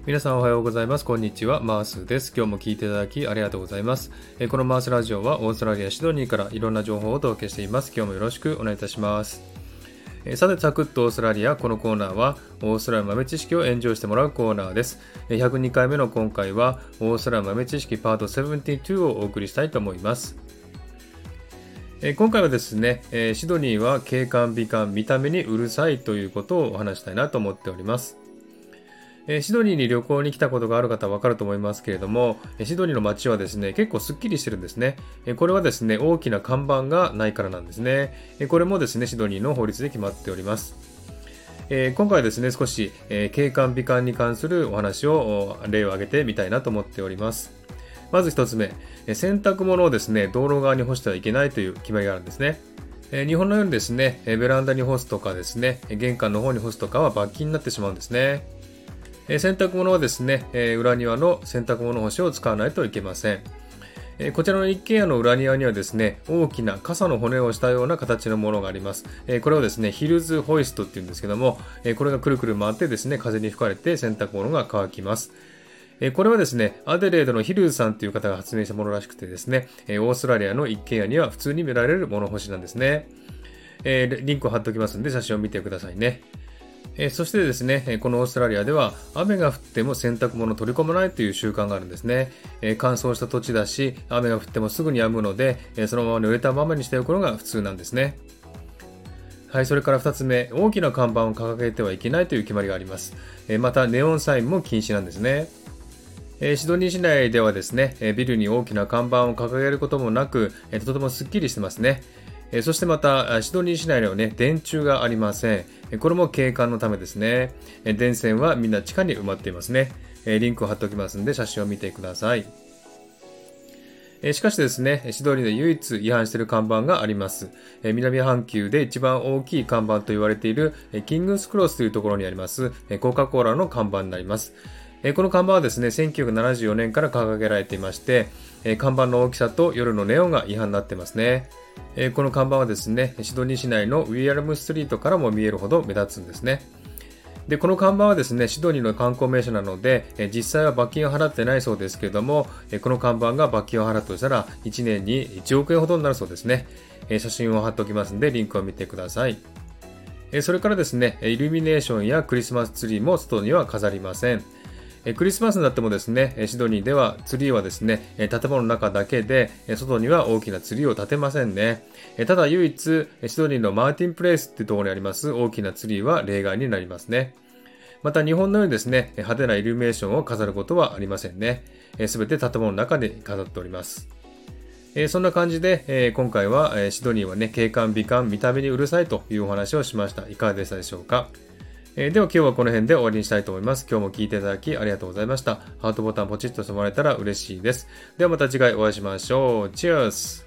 皆さんおはようございます。こんにちは。マースです。今日も聞いていただきありがとうございます。このマースラジオはオーストラリア・シドニーからいろんな情報をお届けしています。今日もよろしくお願いいたします。さて、サクッとオーストラリア。このコーナーはオーストラリア豆知識をエンジョイしてもらうコーナーです。102回目の今回はオーストラリア豆知識パート72をお送りしたいと思います。今回はですね、シドニーは景観美観見た目にうるさいということをお話したいなと思っております。シドニーに旅行に来たことがある方はわかると思いますけれども、シドニーの街はですね、結構スッキリしてるんですね。これはですね、大きな看板がないからなんですね。これもですね、シドニーの法律で決まっております。今回はですね、少し景観美観に関するお話を例を挙げてみたいなと思っております。まず一つ目、洗濯物をですね、道路側に干してはいけないという決まりがあるんですね。日本のようにですね、ベランダに干すとかですね、玄関の方に干すとかは罰金になってしまうんですね。洗濯物はですね、裏庭の洗濯物干しを使わないといけません。こちらの一軒家の裏庭にはですね、大きな傘の骨をしたような形のものがあります。これをですね、ヒルズホイストっていうんですけども、これがくるくる回ってですね、風に吹かれて洗濯物が乾きます。これはですね、アデレードのヒルズさんという方が発明したものらしくてですね、オーストラリアの一軒家には普通に見られる物干しなんですね。リンクを貼っておきますので写真を見てくださいね。そしてですね、このオーストラリアでは雨が降っても洗濯物を取り込まないという習慣があるんですね。乾燥した土地だし、雨が降ってもすぐに止むので、そのまま濡れたままにしておくのが普通なんですね。はい、それから2つ目、大きな看板を掲げてはいけないという決まりがあります。また、ネオンサインも禁止なんですね。シドニー市内ではですね、ビルに大きな看板を掲げることもなく、とてもスッキリしてますね。そしてまた、シドニー市内にはね、電柱がありません。これも景観のためですね。電線はみんな地下に埋まっていますね。リンクを貼っておきますので、写真を見てください。しかしですね、シドニーで唯一違反している看板があります。南半球で一番大きい看板と言われているキングスクロスというところにありますコカ・コーラの看板になります。この看板はですね、1974年から掲げられていまして、看板の大きさと夜のネオンが違反になっていますね。この看板はですね、シドニー市内のウィアルムストリートからも見えるほど目立つんですね。で、この看板はですね、シドニーの観光名所なので、実際は罰金を払ってないそうですけれども、この看板が罰金を払うとしたら、1年に1億円ほどになるそうですね。写真を貼っておきますので、リンクを見てください。それからですね、イルミネーションやクリスマスツリーも外には飾りません。クリスマスになってもですね、シドニーではツリーはですね、建物の中だけで、外には大きなツリーを立てませんね。ただ唯一、シドニーのマーティンプレイスっていうところにあります大きなツリーは例外になりますね。また日本のようにですね、派手なイルミネーションを飾ることはありませんね。すべて建物の中で飾っております。そんな感じで、今回はシドニーはね、景観美観見た目にうるさいというお話をしました。いかがでしたでしょうか。では今日はこの辺で終わりにしたいと思います。今日も聞いていただきありがとうございました。ハートボタンポチッとしてもらえたら嬉しいです。ではまた次回お会いしましょう。チェアス